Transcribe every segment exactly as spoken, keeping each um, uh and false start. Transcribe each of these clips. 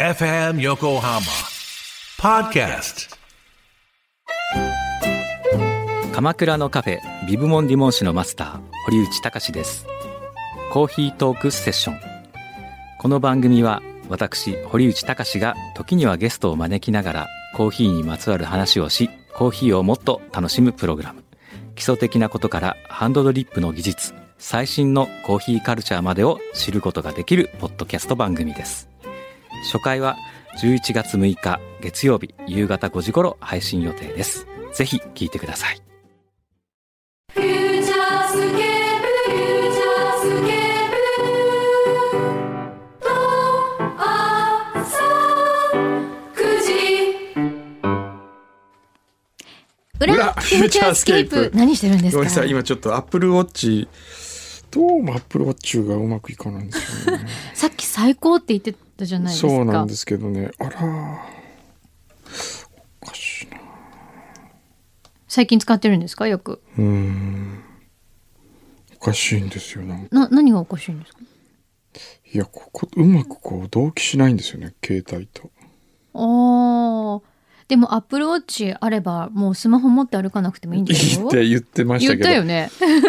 エフエム 横浜ポッドキャスト。 鎌倉のカフェビブモンディモン市のマスター堀内隆です。コーヒートークセッション。この番組は私堀内隆が時にはゲストを招きながらコーヒーにまつわる話をし、コーヒーをもっと楽しむプログラム。基礎的なことからハンドドリップの技術、最新のコーヒーカルチャーまでを知ることができるポッドキャスト番組です。初回はじゅういちがつむいか月曜日夕方ごじ頃配信予定です。ぜひ聞いてください。 フューチャースケープ、フューチャースケープと朝くじ裏フューチャースケープ。 何してるんですか？ 俺さ、今ちょっとアップルウォッチどうもアップルウォッチがうまくいかないんですよね。 さっき最高って言ってたじゃないですか。 そうなんですけどね。あらおかしいな。 最近使ってるんですか？よく。 うーんおかしいんですよ。なんかな何がおかしいんですか？ いやここうまくこう同期しないんですよね、携帯と。 ああ。でもアップルウォッチあればもうスマホ持って歩かなくてもいいんですよ。 言って言ってましたけど。 言ったよね。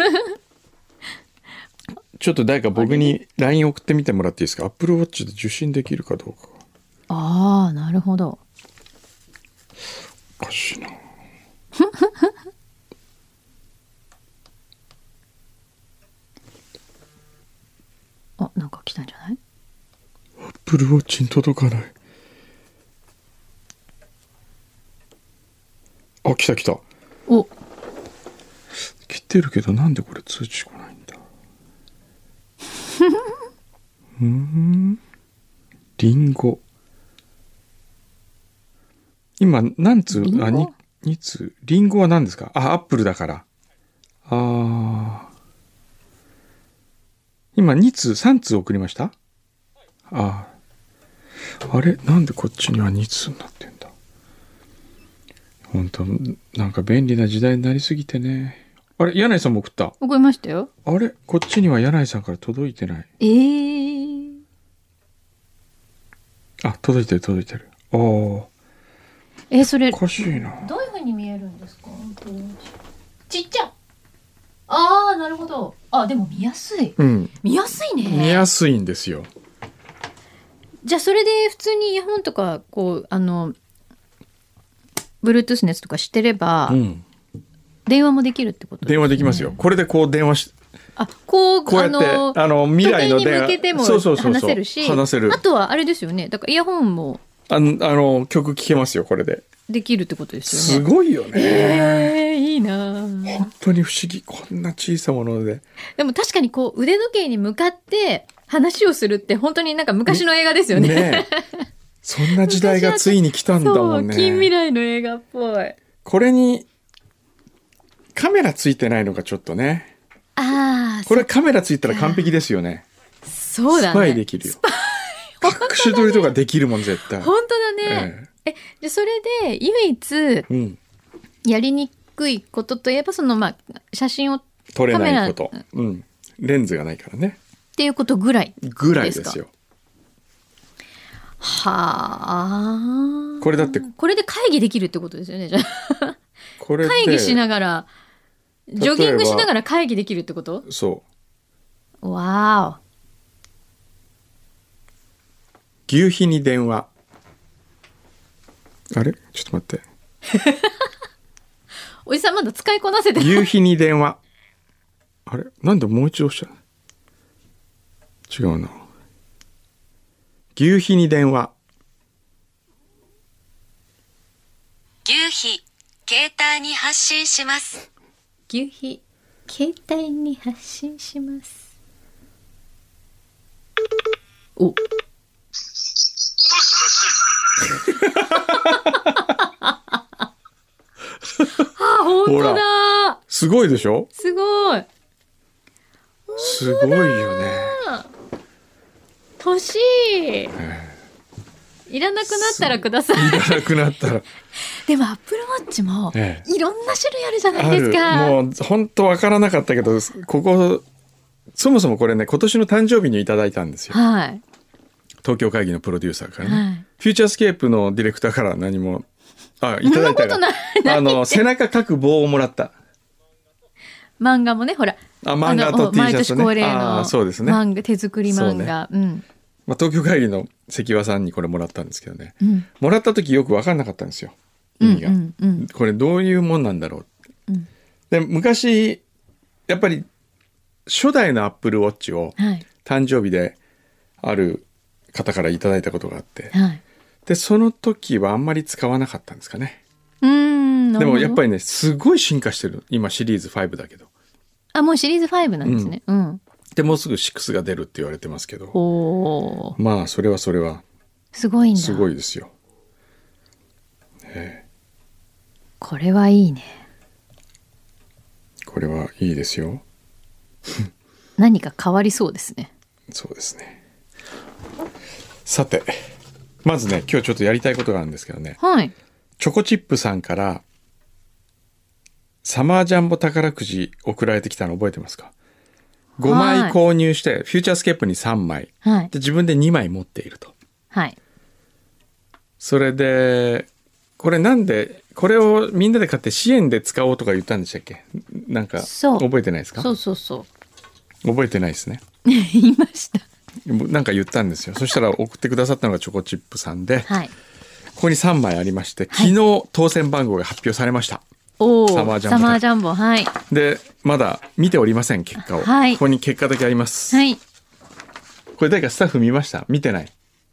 ちょっと誰か僕に ライン 送ってみてもらっていいですか？アップルウォッチで受信できるかどうか。 ああ、なるほど。 おかしいな。 あ、なんか来たんじゃない？ アップルウォッチに届かない。あ、来た来た。 お、 来てるけどなんでこれ通知来ないんだ。うーん。リンゴ。今何通？ リンゴ？ あ、に、に通。リンゴは何ですか？あ、アップルだから。あー。今に通、さん通送りました？あー。あれなんでこっちにはに通になってんだ。本当なんか便利な時代になりすぎてね。あれ柳井さんも送った？ 送りましたよ。 あれこっちには柳井さんから届いてない。 えー、 あ、届いてる届いてる。あー。 えー、それおかしいな。 どういう風に見えるんですか？ちっちゃ。ああ、なるほど。あ、でも見やすい。 うん。 見やすいね。 見やすいんですよ。 じゃあそれで普通にイヤホンとかこうあの Bluetooth のやつとかしてれば、 うん。 電話もできるってことですね。 電話できますよ。これでこう電話し、 あ、こう、 こうやってあの、 あの未来の電話時計に向けてもそうそうそうそう話せるし、 話せる。 あとはあれですよね。だからイヤホンもあの、あの曲聴けますよこれで。 できるってことですすよね。 ごいよね。 えー、いいな。 本当に不思議。こんな小さなもので。 でも確かにこう腕時計に向かって話をするって本当になんか昔の映画ですよね。 ねえ。そんな時代がついに来たんだもんね。 そう、近未来の映画っぽい。 これにカメラついてないのがちょっとね。 ああ、 これカメラついたら完璧ですよね。 そうだね。 スパイできるよ。隠し撮りとかできるもん絶対。 本当だね。ええ、じゃあそれで唯一うん。 やりにくいことといえばそのまあ写真を撮れないことカメラ。 うん。レンズがないからね。 っていうことぐらいぐらいですよ。 はあ。 これだってこれで会議できるってことですよね。じゃあこれで会議しながらジョギング例えばしながら会議できるってこと？ そわう。牛皮に電話。あれちょっと待って。 お。おじさんまだ使いこなせてない。 牛皮に電話。あれなんでもう一度押した違うな。牛皮に電話。 牛皮携帯に発信します。 牛皮携帯に発信します。お。あ、本当だ。 すごいでしょ？ すごい。 すごいよね。 欲しい。いらなくなったらください。 いらなくなったら。 でもアップルウォッチもええいろんな種類あるじゃないですあか。 る。もう本当わからなかったけど、ここそもそもこれね今年の誕生日にいただいたんですよ。 はい。 東京会議のプロデューサーからね。 はい。 フューチャースケープのディレクターから何も、あ、いただいたそんなことないあの、背中描く棒をもらった。 漫画もね、ほら。 あ、漫画と T シャツね。 毎年恒例のあ、そうですね。 漫画、手作り漫画。う,、ね、うんまあ、東京帰りの関和さんにこれもらったんですけどね。 うん、 もらった時よく分かんなかったんですよ。意味が。 うんうんうん、 これどういうもんなんだろうって。うん、で、昔、やっぱり初代のアップルウォッチを誕生日である方からいただいたことがあって、はい、で、その時はあんまり使わなかったんですかね。 うーん、 でもやっぱりね、すごい進化してる。今シリーズファイブだけど。 あ、もうシリーズファイブなんですね。うん。うん、 で、もうすぐシックスが出るって言われてますけど。 おー。 まあ、それはそれは。 すごいんだ。 すごいですよ。えー、 これはいいね。 これはいいですよ。 何か変わりそうですね。 そうですね。さて、まずね、今日ちょっとやりたいことがあるんですけどね。 はい。 チョコチップさんからサマージャンボ宝くじ送られてきたの覚えてますか？ごまい購入して、フューチャースケープにさんまい、はい、で自分でにまい持っていると。 はい。 それでこれなんでこれをみんなで買って支援で使おうとか言ったんでしたっけ？なんか覚えてないですか？ そうそうそう。 覚えてないですね。 言いました。 なんか言ったんですよ。そしたら送ってくださったのがチョコチップさんで、はい、ここにさんまいありまして、昨日当選番号が発表されました。 おサマージャンボ。 サマージャンボ、はい。 で、まだ見ておりません、結果を。はい、ここに結果だけあります。 はい。 これ誰かスタッフ見ました？見てない。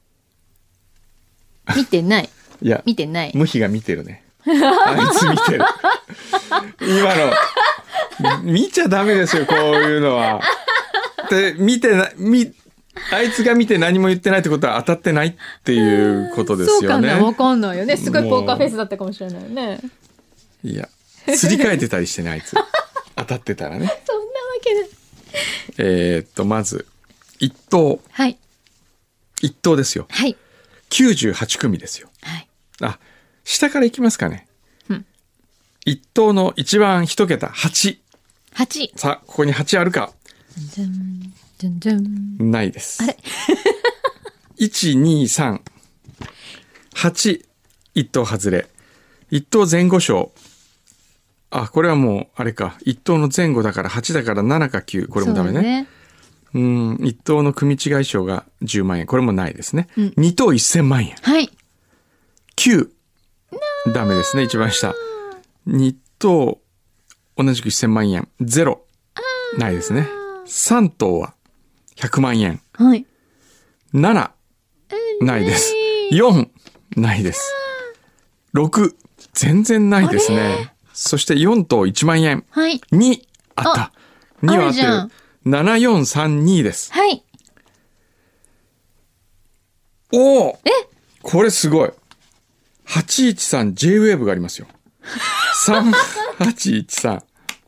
見てない。 いや、 見てない。 無比が見てるね。あいつ見てる。今の、見ちゃダメですよ、こういうのは。で、見てな、見、あいつが見て何も言ってないってことは当たってないっていうことですよね。 そうかな、わかんないよね。すごいポーカーフェイスだったかもしれないよね。 いや、すり替えてたりしてね、あいつ。当たってたらね。 そんなわけない。 えー、っと、まず、一等。 はい。 一等ですよ。 はい。 きゅうじゅうはち組ですよ。 はい。 あ、下からいきますかね。 うん。 一等の一番一桁、はち。 はち。 さあ、ここにはちあるか。 じゃん、じゃんじゃん。 ないです。 あれいち、に、さん。はち、一等外れ。一等前後賞。あ、これはもう、あれか。一等の前後だからはちだからななかきゅう。これもダメね。ね、うん、一等の組違い賞がじゅうまんえん。これもないですね。うん、二等せんまんえん。 はい。 きゅう。ダメですね、一番下。二等、同じくせんまんえん。ゼロ。ないですね。三等はひゃくまんえん。 はい。 なな。ないです。よん。ないです。ろく。全然ないですね。そしてよん等いちまんえん。 はい。 に。あった。には合ってる。ななよんさんにです。 はい。 おお。 え？ これすごい。はちいちさん ジェイウェーブ がありますよ。さんはちいちさ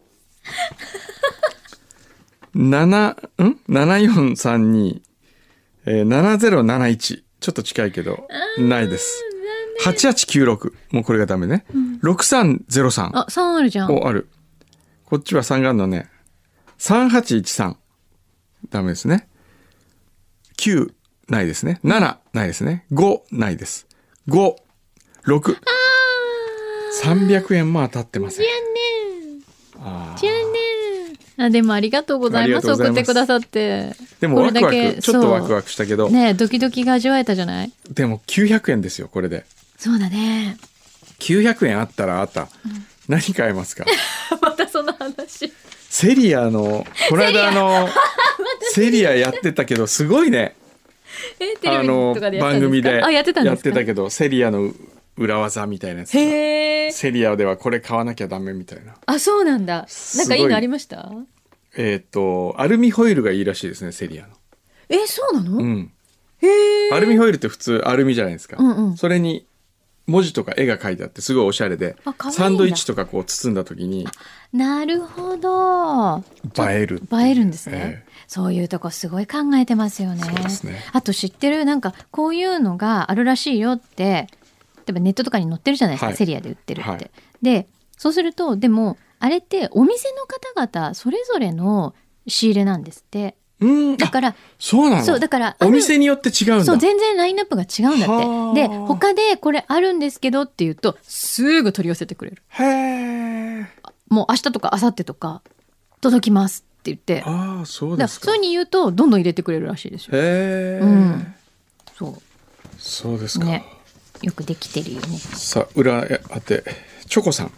ん。なな、ん ?ななよんさんに、えー、ななぜろなないち。ちょっと近いけど、ないです。はちはちきゅうろく。もうこれがダメね。うん、ろくさんぜろさん。 あ、さんあるじゃん。 お、ある。こっちはさんがあるのね。さんはちいちさん。ダメですね。きゅう、ないですね。なな、ないですね。ご、ないです。ご、ろく。さんびゃくえんも当たってません。 じゃあね。じゃあね。あ、でもありがとうございます。送ってくださって。 でもワクワク、ちょっとワクワクしたけど。 ねえ、ドキドキが味わえたじゃない？ でもきゅうひゃくえんですよ、これで。 そうだね。 きゅうひゃくえんあったらあった。うん、何買えますか？ またその話。 セリアの、この間あの、セリアやってたけど、すごいね。 え、テレビとかでやってたんですか？ 番組であ、やってたんですか？ やってたけど、セリアの裏技みたいなやつ。 へー。 セリアではこれ買わなきゃダメみたいな。 あ、そうなんだ。なんかいいのありました？ えっと、アルミホイルがいいらしいですね、セリアの。 え、そうなの？ うん。 へー。 アルミホイルって普通アルミじゃないですか。 うんうん。 それに文字とか絵が書いてあってすごいおしゃれで、 あ、かわいいんだ。 サンドイッチとかこう包んだ時に。 なるほど。 映える。 映えるんですね。 えーそういうとこすごい考えてますよね。 そうですね。 あと知ってる、なんかこういうのがあるらしいよって、例えばネットとかに載ってるじゃないですか、はい、セリアで売ってるって、はい、でそうするとでもあれってお店の方々それぞれの仕入れなんですって。 うん。 だから、 そうなの？ そう、だから、 お店によって違うんだ。 そう、全然ラインナップが違うんだって。で、他でこれあるんですけどって言うと、すぐ取り寄せてくれる。 へー。 もう明日とか明後日とか、届きますって言って。 ああ、そうですか。 そういうふうに言うと、どんどん入れてくれるらしいですよ。 へー。 うん。そう。 そうですか。 ね。よくできてるよね。 さあ、裏当て、チョコさん。 はい。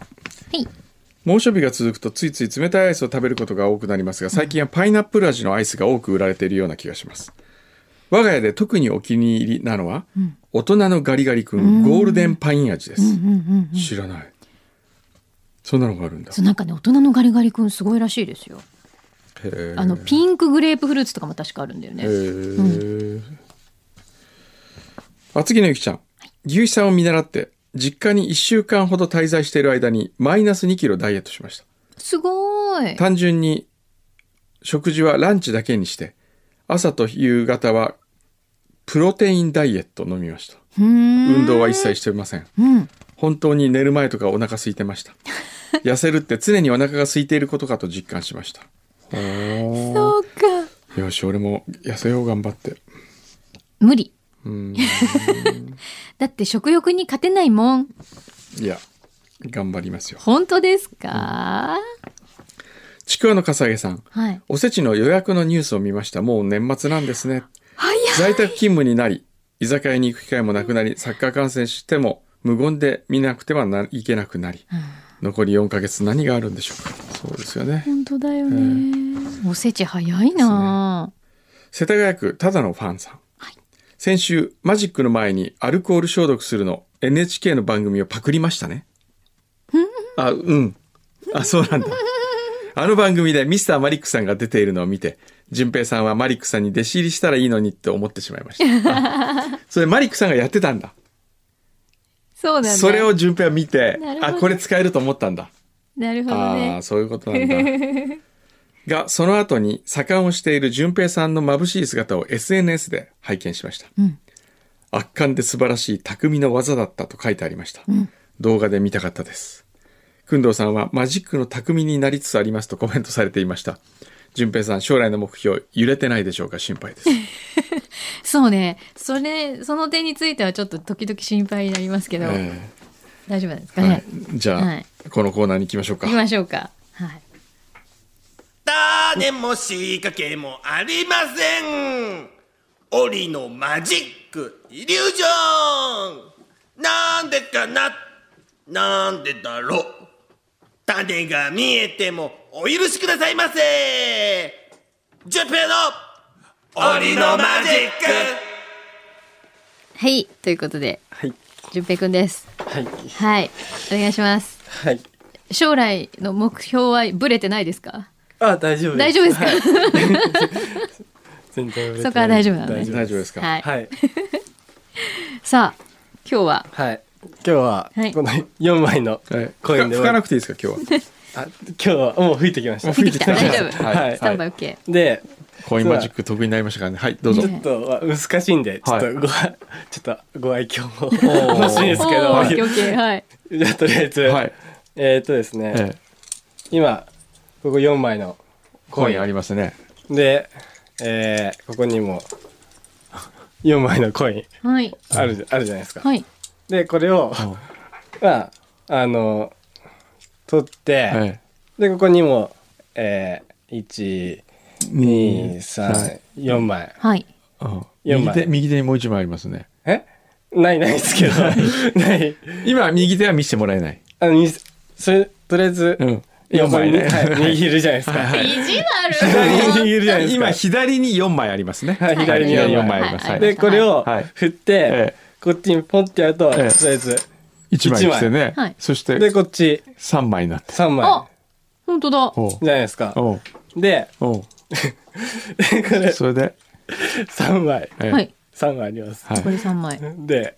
猛暑日が続くとついつい冷たいアイスを食べることが多くなりますが、最近はパイナップル味のアイスが多く売られているような気がします。我が家で特にお気に入りなのは、うん、大人のガリガリ君ゴールデンパイン味です。知らない。そんなのがあるんだ。 そう、なんかね、大人のガリガリ君すごいらしいですよ。 へあのピンクグレープフルーツとかも確かあるんだよね。へー、うん、厚木のゆきちゃん、はい、牛肥さんを見習って実家にいっしゅうかんほど滞在している間にマイナスにキロダイエットしました。 すごい。 単純に食事はランチだけにして、朝と夕方はプロテインダイエット飲みました。 うーん、 運動は一切していません、 うん、 本当に寝る前とかお腹空いてました。痩せるって常にお腹が空いていることかと実感しました。 そうか。 よし、俺も痩せよう、頑張って。 無理。 うーんだって食欲に勝てないもん。 いや、頑張りますよ。 本当ですか？ ちくわのかさげさん、 はい、 おせちの予約のニュースを見ました。もう年末なんですね。 早い。 在宅勤務になり、居酒屋に行く機会もなくなり、サッカー観戦しても無言で見なくてはないけなくなり、うん、残りよんかげつ何があるんでしょうか。そうですよね。 本当だよね、えー、おせち早いな、ね、 世田谷区ただのファンさん、はい、先週マジックの前にアルコール消毒するの エヌエイチケー の番組をパクりましたね。あ、うんあ、そうなんだ。あの番組でミスターマリックさんが出ているのを見て、順平さんはマリックさんに弟子入りしたらいいのにって思ってしまいました。それマリックさんがやってたんだ。 そうなんだ。 それを順平は見て、あ、これ使えると思ったんだ。 なるほどね。 ああ、そういうことなんだ。が、その後に左官をしている順平さんの眩しい姿を エスエヌエス で拝見しました。うん、圧巻で素晴らしい匠の技だったと書いてありました。うん、動画で見たかったです。工藤さんはマジックの匠になりつつありますとコメントされていました。順平さん、将来の目標揺れてないでしょうか。心配です。 そうね、それその点についてはちょっと時々心配になりますけど、えー、大丈夫なんですかね。はい、 じゃあ、はい、このコーナーに行きましょうか。 行きましょうか。はい。 種も仕掛けもありません。檻のマジックイリュージョン。なんでかな、なんでだろう。種が見えてもお許しくださいませ。順平の檻のマジック。 はい、ということで、はい、順平くんです。はい、はい、お願いします。はい。将来の目標はブレてないですか？ あ、大丈夫です。 大丈夫ですか？はい、 全然ブレてない。 そこは大丈夫なのね。 大丈夫ですか？ はい。 はい、 さあ、今日は、 はい、今日はこのよんまいのコインで、 はい、吹かなくていいですか今日は？ あ、今日はもう吹いてきました。 吹いてきた。大丈夫。 はい。 スタンバイ OK。 で、 コインマジック得意になりましたからね。はい、どうぞ。 ちょっと難しいんで、ちょっとご、はい、ちょっとご愛嬌も欲しいんですけど。 はい。はい。 じゃあとりあえず、はい、えー、っとですね、ええ、今ここよんまいのコインありますね。 で、えー、ここにもよんまいのコインある、はい、あるじゃないですか。はい。でこれを、まああの取って、はい、でここにも、えー、いち、に、さん、よんまい。はい。 よんまい。右手、右手にもういちまいありますね。 え？ないないですけど。ない。 今右手は見せてもらえない。 あのそれとりあえず、うん、よんまいね、はい、握るじゃないですか。 意地悪。 左に握るじゃないですか。 今左によんまいありますね。 はい、左によんまいあります。でこれを振って、はい、こっちにポンってやると、とりあえずいちまい来てね。はい、そしてでこっちさんまいになって。 さんまい。 あ、本当だ。 じゃないですか。で、これそれでさんまい。 はい。 さんまいあります。 これさんまい。 で、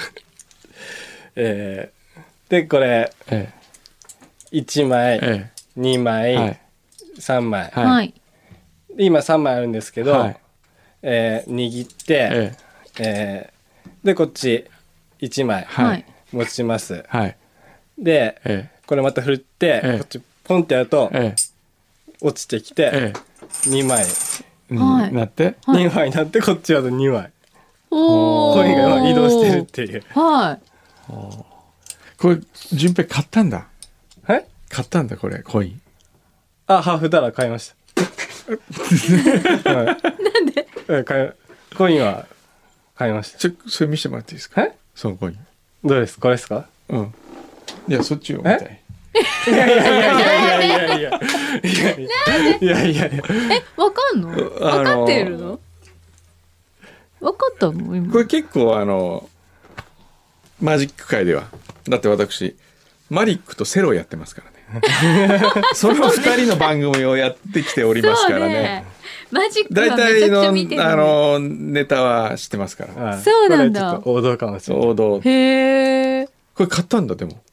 えー、でこれ。ええいちまい、ええ、にまい、はい、さんまい、はい、今さんまいあるんですけど、はい、えー、握って、えええー、でこっちいちまい持ちます、はい、で、ええ、これまた振って、ええ、こっちポンってやると、ええ、落ちてきて、ええ、にまいはい、 なって、 はい、にまいになってこっちはにまいおコインが移動してるっていう。 はい。 これ順平買ったんだ。 え？ 買ったんだこれコイン。 あ、ハーフダラー買いました。はい、 なんで？ コインは買いました。 ちょそれ見せてもらっていいですか？ え？ そのコイン。 どうです？これですか？ うん。いやそっちを見たい。 いやいやいやいやいやいやいやいやいやいや。 え、わかんの？分かってるの？分かったの今？ これ結構あのマジック界ではだって私マリックとセロやってますからね。その二人の番組をやってきておりますからね。 マジックはめちゃくちゃ見てる、ね、 大体のあのネタは知ってますから。 そうなんだ。 王道かもしれない。 王道。 へえ。 これ買ったんだでも。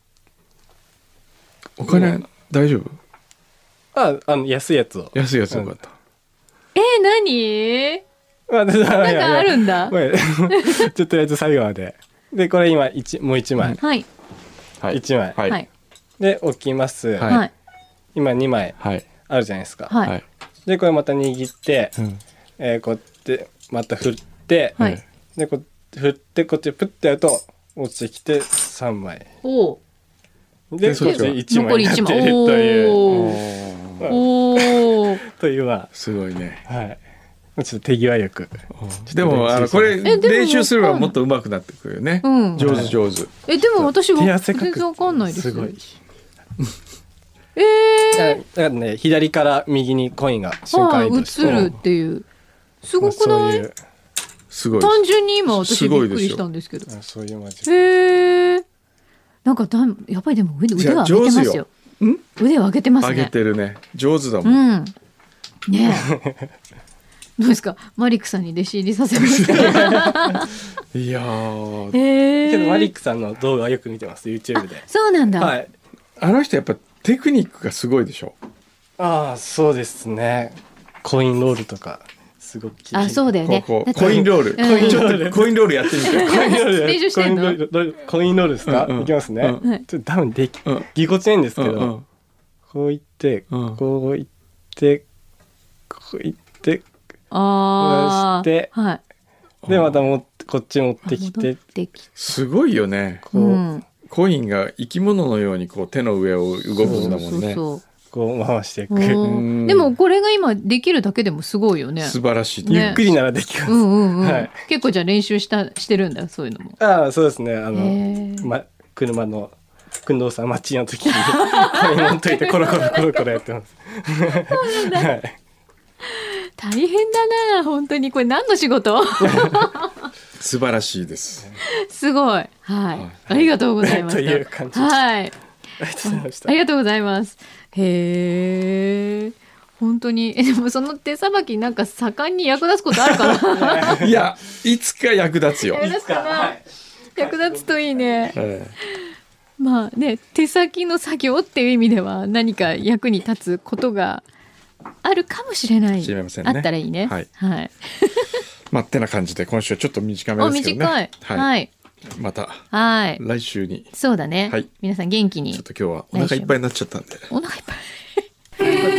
お金、うん、大丈夫？ あ、あの安いやつを。 安いやつよかった。 えー、何？ なんかあるんだ。 ちょっととりあえず最後まで。でこれ今一もう一枚。 はい。 一枚。 はい。 で置きます。 はい。 今二枚あるじゃないですか。 はい。 でこれまた握って、うん、えー、こうやってまた振って、 はい、 でこう振ってこっちプッてやると落ちてきて三枚。 おでこっち一枚になっているという。 おお。 というはすごいね。 はい。ちょっと手際よく。 でもあのこれ練習すればもっと上手くなってくるよね。 うん、 上手上手。 えでも私は全然わかんないです。すごい。えー、 だからね左から右にコインが瞬間移動して、 映るっていうすごくない？まあ、そういうすごい単純に今私びっくりしたんですけど。 そういうマジ。 へえ。なんかだやっぱりでも腕腕は上げてますよ。ん？腕を上げてますね。 上げてるね。上手だもん。 うん。ねえ。どうですかマリックさんに弟子入りさせますか？ いやー。 へえ。 けどマリックさんの動画はよく見てます YouTube で。 そうなんだ。 はい。 あの人やっぱテクニックがすごいでしょ。 ああそうですね。コインロールとかすごく綺麗。 あそうだよね。 こうこうコインロール、うん、コインロールコインロールやってみて。コインロール練習してんの？ コインロールですか？うんうん、いきますね。うん、ちょっと多分でき、うん、ぎこちないんですけど、うんうん、こういって、うん、こういってこういってああして、 はい、 でまたもこっち持ってきてすごいよね。 こう、うん、 コインが生き物のようにこう手の上を動くんだもんね。そうそうそうこう回していく。 でもこれが今できるだけでもすごいよね。 素晴らしい、 ね、ゆっくりならできます。 うんうんうんはい、結構じゃあ練習したしてるんだそういうのも。 ああそうですね。あの、ま、車の工藤さん待ちの時にコイン持っといてコロコロコロコロやってます。 そうなんだ。はい大変だな本当にこれ何の仕事？ 素晴らしいです。 すごい、はい、はい、ありがとうございます。 という感じ。 はい。 ありがとうございました。 ありがとうございます。へえ。本当にえでもその手さばきなんか盛んに役立つことあるかな。 いやいつか役立つよ。 役立つかな、はい、役立つといいね。はいまあね手先の作業っていう意味では何か役に立つことがあるかもしれない。 知りませんね。 あったらいいね。はい。はい、 まあってな感じで今週はちょっと短めですけどね。 短い。はい。はい、 またはい来週に。 そうだね。はい。皆さん元気に。 ちょっと今日はお腹いっぱいになっちゃったんで。 お腹いっぱい。